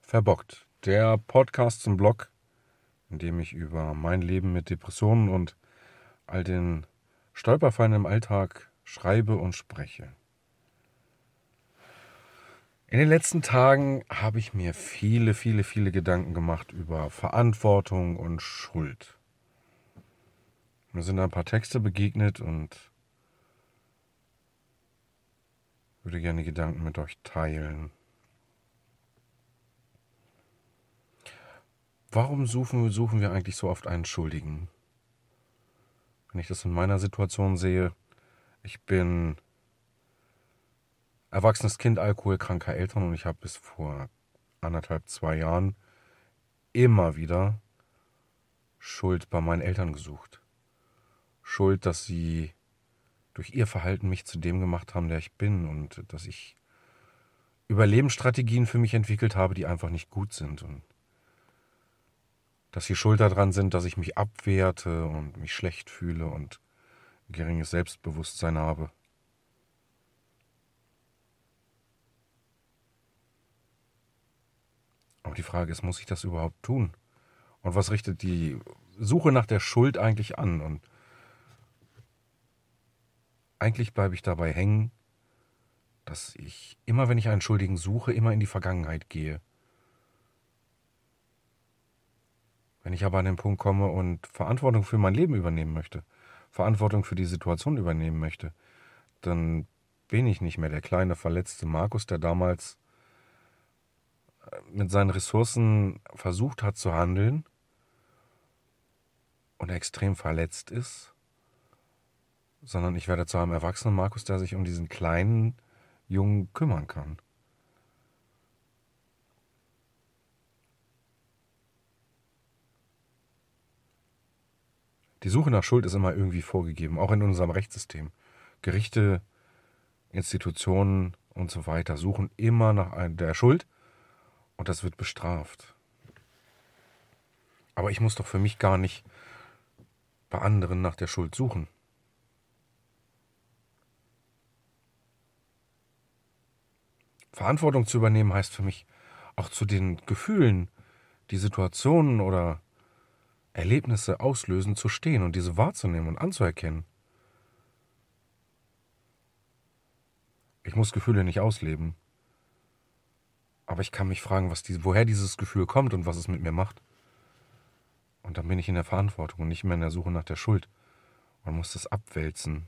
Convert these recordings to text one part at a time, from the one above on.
Verbockt, der Podcast zum Blog, in dem ich über mein Leben mit Depressionen und all den Stolperfallen im Alltag schreibe und spreche. In den letzten Tagen habe ich mir viele Gedanken gemacht über Verantwortung und Schuld. Mir sind ein paar Texte begegnet und würde gerne Gedanken mit euch teilen. Warum suchen wir eigentlich so oft einen Schuldigen? Wenn ich das in meiner Situation sehe, ich bin erwachsenes Kind alkoholkranker Eltern und ich habe bis vor 2 Jahren immer wieder Schuld bei meinen Eltern gesucht. Schuld, dass sie durch ihr Verhalten mich zu dem gemacht haben, der ich bin, und dass ich Überlebensstrategien für mich entwickelt habe, die einfach nicht gut sind, und dass sie schuld daran sind, dass ich mich abwerte und mich schlecht fühle und geringes Selbstbewusstsein habe. Aber die Frage ist, muss ich das überhaupt tun? Und was richtet die Suche nach der Schuld eigentlich an? Und eigentlich bleibe ich dabei hängen, dass ich immer, wenn ich einen Schuldigen suche, immer in die Vergangenheit gehe. Wenn ich aber an den Punkt komme und Verantwortung für mein Leben übernehmen möchte, Verantwortung für die Situation übernehmen möchte, dann bin ich nicht mehr der kleine, verletzte Markus, der damals mit seinen Ressourcen versucht hat zu handeln und extrem verletzt ist, sondern ich werde zu einem erwachsenen Markus, der sich um diesen kleinen Jungen kümmern kann. Die Suche nach Schuld ist immer irgendwie vorgegeben, auch in unserem Rechtssystem. Gerichte, Institutionen und so weiter suchen immer nach der Schuld und das wird bestraft. Aber ich muss doch für mich gar nicht bei anderen nach der Schuld suchen. Verantwortung zu übernehmen heißt für mich auch zu den Gefühlen, die Situationen oder Erlebnisse auslösen, zu stehen und diese wahrzunehmen und anzuerkennen. Ich muss Gefühle nicht ausleben, aber ich kann mich fragen, woher dieses Gefühl kommt und was es mit mir macht. Und dann bin ich in der Verantwortung und nicht mehr in der Suche nach der Schuld und muss das abwälzen.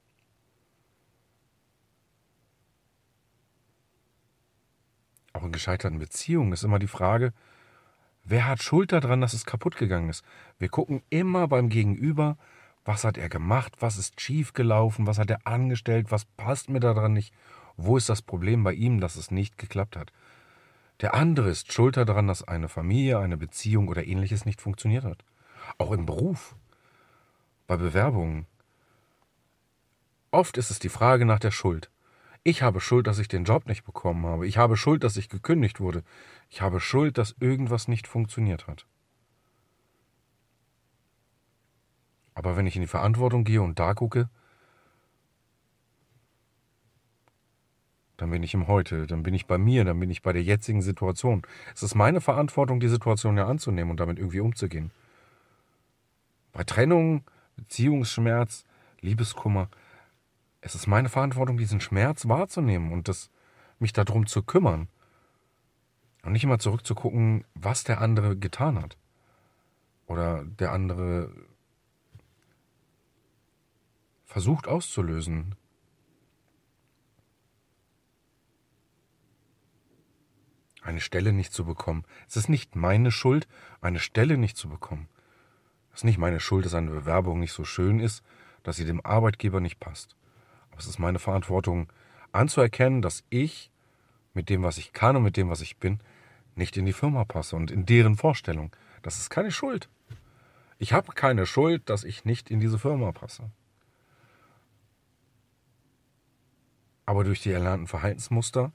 Auch in gescheiterten Beziehungen ist immer die Frage, wer hat Schuld daran, dass es kaputt gegangen ist? Wir gucken immer beim Gegenüber, was hat er gemacht, was ist schief gelaufen, was hat er angestellt, was passt mir daran nicht, wo ist das Problem bei ihm, dass es nicht geklappt hat. Der andere ist schuld daran, dass eine Familie, eine Beziehung oder ähnliches nicht funktioniert hat. Auch im Beruf, bei Bewerbungen. Oft ist es die Frage nach der Schuld. Ich habe Schuld, dass ich den Job nicht bekommen habe. Ich habe Schuld, dass ich gekündigt wurde. Ich habe Schuld, dass irgendwas nicht funktioniert hat. Aber wenn ich in die Verantwortung gehe und da gucke, dann bin ich im Heute, dann bin ich bei mir, dann bin ich bei der jetzigen Situation. Es ist meine Verantwortung, die Situation ja anzunehmen und damit irgendwie umzugehen. Bei Trennung, Beziehungsschmerz, Liebeskummer, es ist meine Verantwortung, diesen Schmerz wahrzunehmen und mich darum zu kümmern. Und nicht immer zurückzugucken, was der andere getan hat. Oder der andere versucht auszulösen. Eine Stelle nicht zu bekommen. Es ist nicht meine Schuld, eine Stelle nicht zu bekommen. Es ist nicht meine Schuld, dass eine Bewerbung nicht so schön ist, dass sie dem Arbeitgeber nicht passt. Aber es ist meine Verantwortung, anzuerkennen, dass ich mit dem, was ich kann und mit dem, was ich bin, nicht in die Firma passe und in deren Vorstellung. Das ist keine Schuld. Ich habe keine Schuld, dass ich nicht in diese Firma passe. Aber durch die erlernten Verhaltensmuster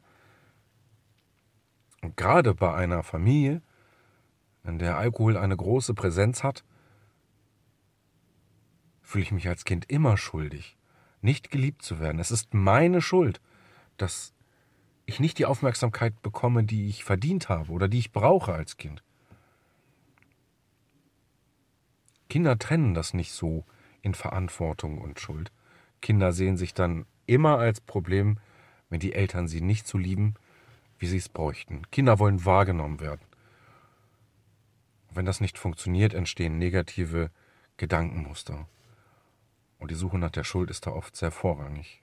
und gerade bei einer Familie, in der Alkohol eine große Präsenz hat, fühle ich mich als Kind immer schuldig, nicht geliebt zu werden. Es ist meine Schuld, dass ich nicht die Aufmerksamkeit bekomme, die ich verdient habe oder die ich brauche als Kind. Kinder trennen das nicht so in Verantwortung und Schuld. Kinder sehen sich dann immer als Problem, wenn die Eltern sie nicht so lieben, wie sie es bräuchten. Kinder wollen wahrgenommen werden. Wenn das nicht funktioniert, entstehen negative Gedankenmuster. Und die Suche nach der Schuld ist da oft sehr vorrangig.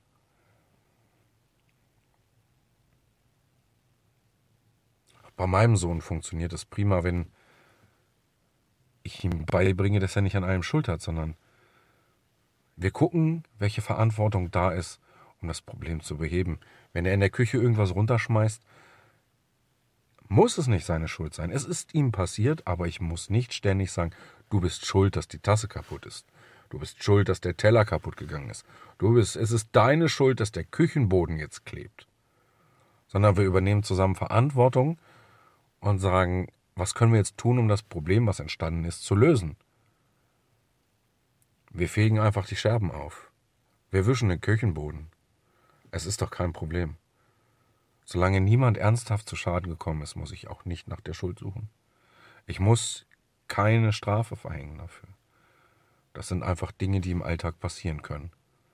Bei meinem Sohn funktioniert es prima, wenn ich ihm beibringe, dass er nicht an allem Schuld hat, sondern wir gucken, welche Verantwortung da ist, um das Problem zu beheben. Wenn er in der Küche irgendwas runterschmeißt, muss es nicht seine Schuld sein. Es ist ihm passiert, aber ich muss nicht ständig sagen, du bist schuld, dass die Tasse kaputt ist. Du bist schuld, dass der Teller kaputt gegangen ist. Es ist deine Schuld, dass der Küchenboden jetzt klebt. Sondern wir übernehmen zusammen Verantwortung und sagen, was können wir jetzt tun, um das Problem, was entstanden ist, zu lösen? Wir fegen einfach die Scherben auf. Wir wischen den Küchenboden. Es ist doch kein Problem. Solange niemand ernsthaft zu Schaden gekommen ist, muss ich auch nicht nach der Schuld suchen. Ich muss keine Strafe verhängen dafür. Das sind einfach Dinge, die im Alltag passieren können.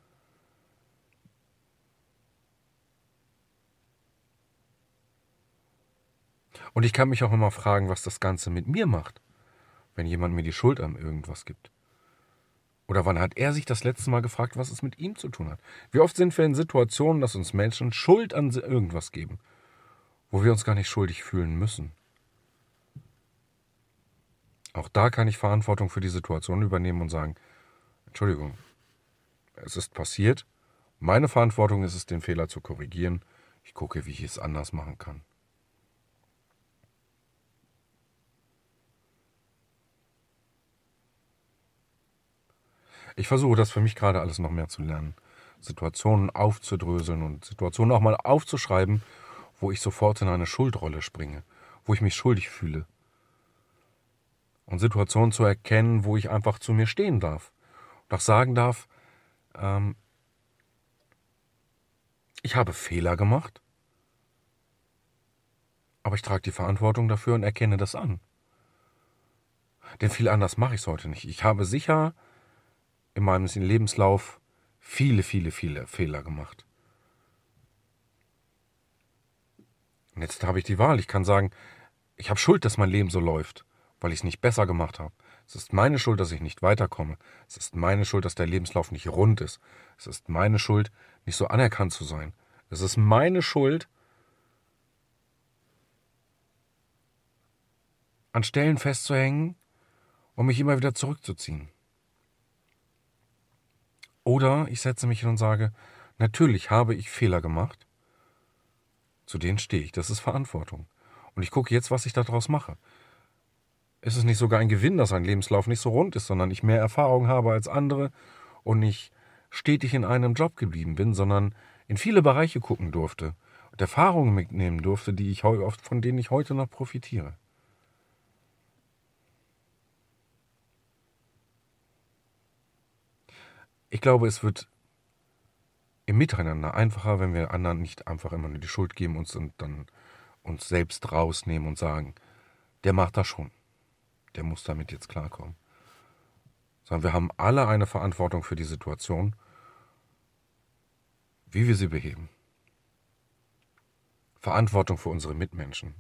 Und ich kann mich auch immer fragen, was das Ganze mit mir macht, wenn jemand mir die Schuld an irgendwas gibt. Oder wann hat er sich das letzte Mal gefragt, was es mit ihm zu tun hat? Wie oft sind wir in Situationen, dass uns Menschen Schuld an irgendwas geben, wo wir uns gar nicht schuldig fühlen müssen? Auch da kann ich Verantwortung für die Situation übernehmen und sagen, Entschuldigung, es ist passiert. Meine Verantwortung ist es, den Fehler zu korrigieren. Ich gucke, wie ich es anders machen kann. Ich versuche das für mich gerade alles noch mehr zu lernen. Situationen aufzudröseln und Situationen auch mal aufzuschreiben, wo ich sofort in eine Schuldrolle springe, wo ich mich schuldig fühle. Und Situationen zu erkennen, wo ich einfach zu mir stehen darf. Und auch sagen darf, ich habe Fehler gemacht, aber ich trage die Verantwortung dafür und erkenne das an. Denn viel anders mache ich es heute nicht. Ich habe sicher in meinem Lebenslauf viele Fehler gemacht. Und jetzt habe ich die Wahl. Ich kann sagen, ich habe Schuld, dass mein Leben so läuft, weil ich es nicht besser gemacht habe. Es ist meine Schuld, dass ich nicht weiterkomme. Es ist meine Schuld, dass der Lebenslauf nicht rund ist. Es ist meine Schuld, nicht so anerkannt zu sein. Es ist meine Schuld, an Stellen festzuhängen und mich immer wieder zurückzuziehen. Oder ich setze mich hin und sage, natürlich habe ich Fehler gemacht, zu denen stehe ich, das ist Verantwortung. Und ich gucke jetzt, was ich daraus mache. Ist es nicht sogar ein Gewinn, dass ein Lebenslauf nicht so rund ist, sondern ich mehr Erfahrung habe als andere und nicht stetig in einem Job geblieben bin, sondern in viele Bereiche gucken durfte und Erfahrungen mitnehmen durfte, von denen ich heute noch profitiere. Ich glaube, es wird im Miteinander einfacher, wenn wir anderen nicht einfach immer nur die Schuld geben und dann uns selbst rausnehmen und sagen, der macht das schon, der muss damit jetzt klarkommen. Sondern wir haben alle eine Verantwortung für die Situation, wie wir sie beheben. Verantwortung für unsere Mitmenschen.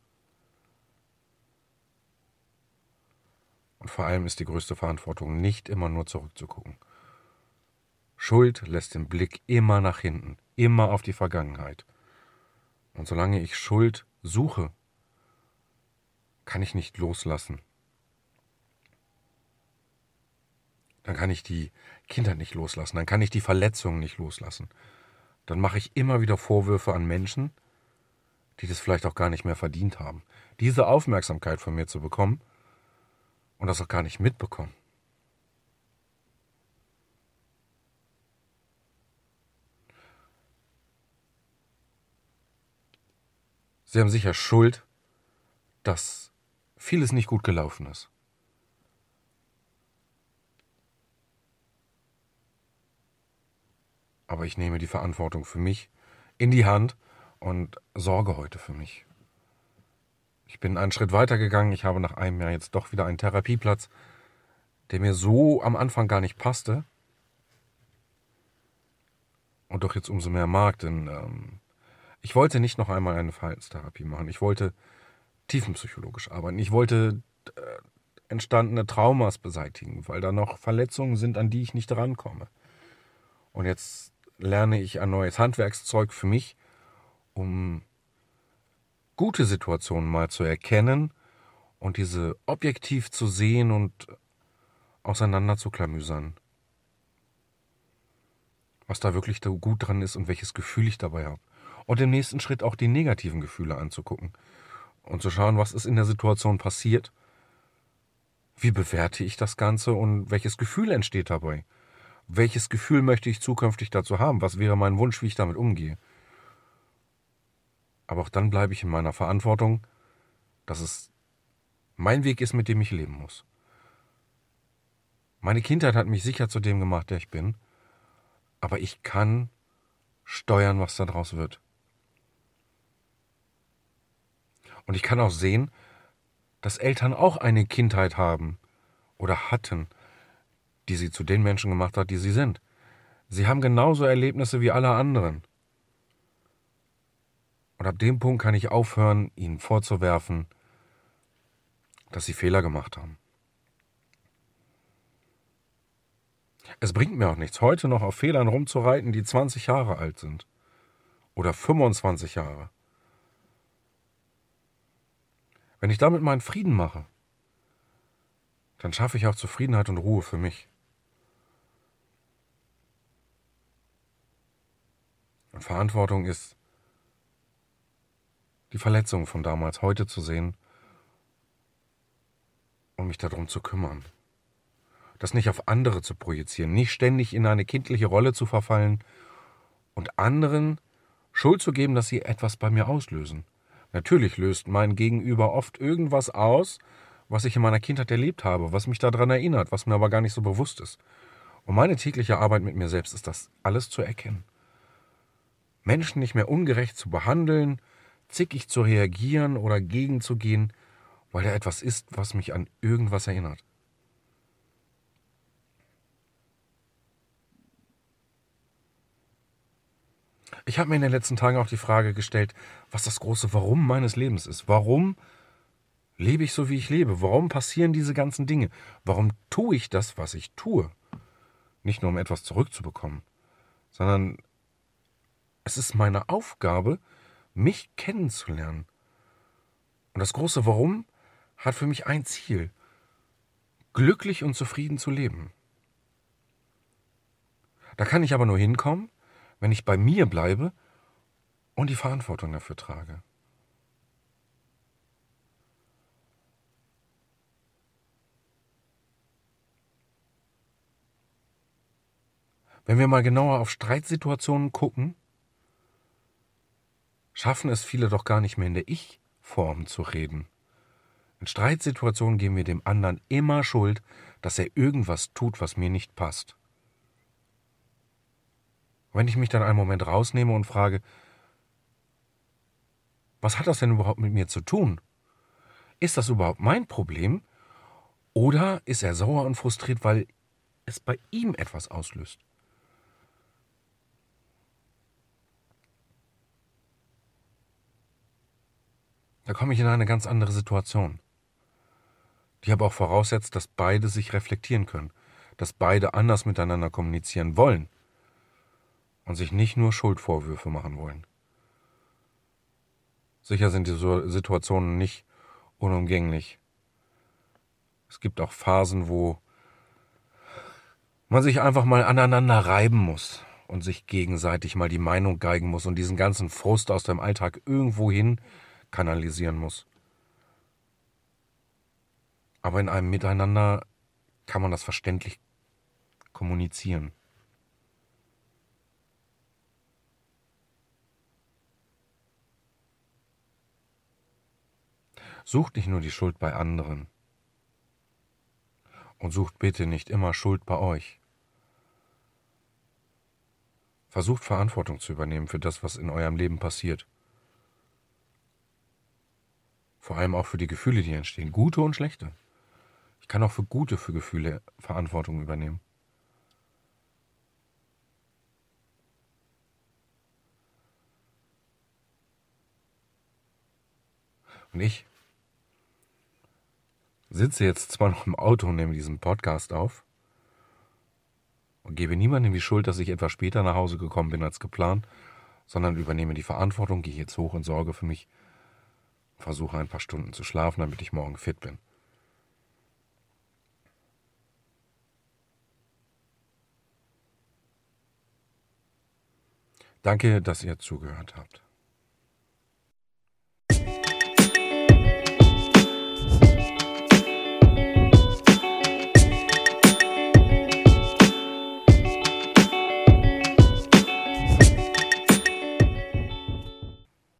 Und vor allem ist die größte Verantwortung, nicht immer nur zurückzugucken. Schuld lässt den Blick immer nach hinten, immer auf die Vergangenheit. Und solange ich Schuld suche, kann ich nicht loslassen. Dann kann ich die Kinder nicht loslassen, dann kann ich die Verletzungen nicht loslassen. Dann mache ich immer wieder Vorwürfe an Menschen, die das vielleicht auch gar nicht mehr verdient haben, diese Aufmerksamkeit von mir zu bekommen und das auch gar nicht mitbekommen. Sie haben sicher Schuld, dass vieles nicht gut gelaufen ist. Aber ich nehme die Verantwortung für mich in die Hand und sorge heute für mich. Ich bin einen Schritt weiter gegangen. Ich habe nach einem Jahr jetzt doch wieder einen Therapieplatz, der mir so am Anfang gar nicht passte und doch jetzt umso mehr mag, denn ich wollte nicht noch einmal eine Verhaltenstherapie machen. Ich wollte tiefenpsychologisch arbeiten. Ich wollte entstandene Traumas beseitigen, weil da noch Verletzungen sind, an die ich nicht rankomme. Und jetzt lerne ich ein neues Handwerkszeug für mich, um gute Situationen mal zu erkennen und diese objektiv zu sehen und auseinander zu klamüsern. Was da wirklich gut dran ist und welches Gefühl ich dabei habe. Und im nächsten Schritt auch die negativen Gefühle anzugucken und zu schauen, was ist in der Situation passiert, wie bewerte ich das Ganze und welches Gefühl entsteht dabei. Welches Gefühl möchte ich zukünftig dazu haben? Was wäre mein Wunsch, wie ich damit umgehe? Aber auch dann bleibe ich in meiner Verantwortung, dass es mein Weg ist, mit dem ich leben muss. Meine Kindheit hat mich sicher zu dem gemacht, der ich bin, aber ich kann steuern, was daraus wird. Und ich kann auch sehen, dass Eltern auch eine Kindheit haben oder hatten, die sie zu den Menschen gemacht hat, die sie sind. Sie haben genauso Erlebnisse wie alle anderen. Und ab dem Punkt kann ich aufhören, ihnen vorzuwerfen, dass sie Fehler gemacht haben. Es bringt mir auch nichts, heute noch auf Fehlern rumzureiten, die 20 Jahre alt sind. Oder 25 Jahre. Wenn ich damit meinen Frieden mache, dann schaffe ich auch Zufriedenheit und Ruhe für mich. Und Verantwortung ist, die Verletzungen von damals heute zu sehen und mich darum zu kümmern. Das nicht auf andere zu projizieren, nicht ständig in eine kindliche Rolle zu verfallen und anderen Schuld zu geben, dass sie etwas bei mir auslösen. Natürlich löst mein Gegenüber oft irgendwas aus, was ich in meiner Kindheit erlebt habe, was mich daran erinnert, was mir aber gar nicht so bewusst ist. Und meine tägliche Arbeit mit mir selbst ist das alles zu erkennen. Menschen nicht mehr ungerecht zu behandeln, zickig zu reagieren oder gegenzugehen, weil da etwas ist, was mich an irgendwas erinnert. Ich habe mir in den letzten Tagen auch die Frage gestellt, was das große Warum meines Lebens ist. Warum lebe ich so, wie ich lebe? Warum passieren diese ganzen Dinge? Warum tue ich das, was ich tue? Nicht nur, um etwas zurückzubekommen, sondern es ist meine Aufgabe, mich kennenzulernen. Und das große Warum hat für mich ein Ziel: glücklich und zufrieden zu leben. Da kann ich aber nur hinkommen, wenn ich bei mir bleibe und die Verantwortung dafür trage. Wenn wir mal genauer auf Streitsituationen gucken, schaffen es viele doch gar nicht mehr in der Ich-Form zu reden. In Streitsituationen geben wir dem anderen immer Schuld, dass er irgendwas tut, was mir nicht passt. Wenn ich mich dann einen Moment rausnehme und frage, was hat das denn überhaupt mit mir zu tun? Ist das überhaupt mein Problem? Oder ist er sauer und frustriert, weil es bei ihm etwas auslöst? Da komme ich in eine ganz andere Situation, die aber auch voraussetzt, dass beide sich reflektieren können, dass beide anders miteinander kommunizieren wollen und sich nicht nur Schuldvorwürfe machen wollen. Sicher sind diese Situationen nicht unumgänglich. Es gibt auch Phasen, wo man sich einfach mal aneinander reiben muss und sich gegenseitig mal die Meinung geigen muss und diesen ganzen Frust aus dem Alltag irgendwo hin kanalisieren muss. Aber in einem Miteinander kann man das verständlich kommunizieren. Sucht nicht nur die Schuld bei anderen und sucht bitte nicht immer Schuld bei euch. Versucht Verantwortung zu übernehmen für das, was in eurem Leben passiert. Vor allem auch für die Gefühle, die entstehen, gute und schlechte. Ich kann auch für Gefühle Verantwortung übernehmen. Und ich sitze jetzt zwar noch im Auto und nehme diesen Podcast auf und gebe niemandem die Schuld, dass ich etwas später nach Hause gekommen bin als geplant, sondern übernehme die Verantwortung, gehe jetzt hoch und sorge für mich, versuche ein paar Stunden zu schlafen, damit ich morgen fit bin. Danke, dass ihr zugehört habt.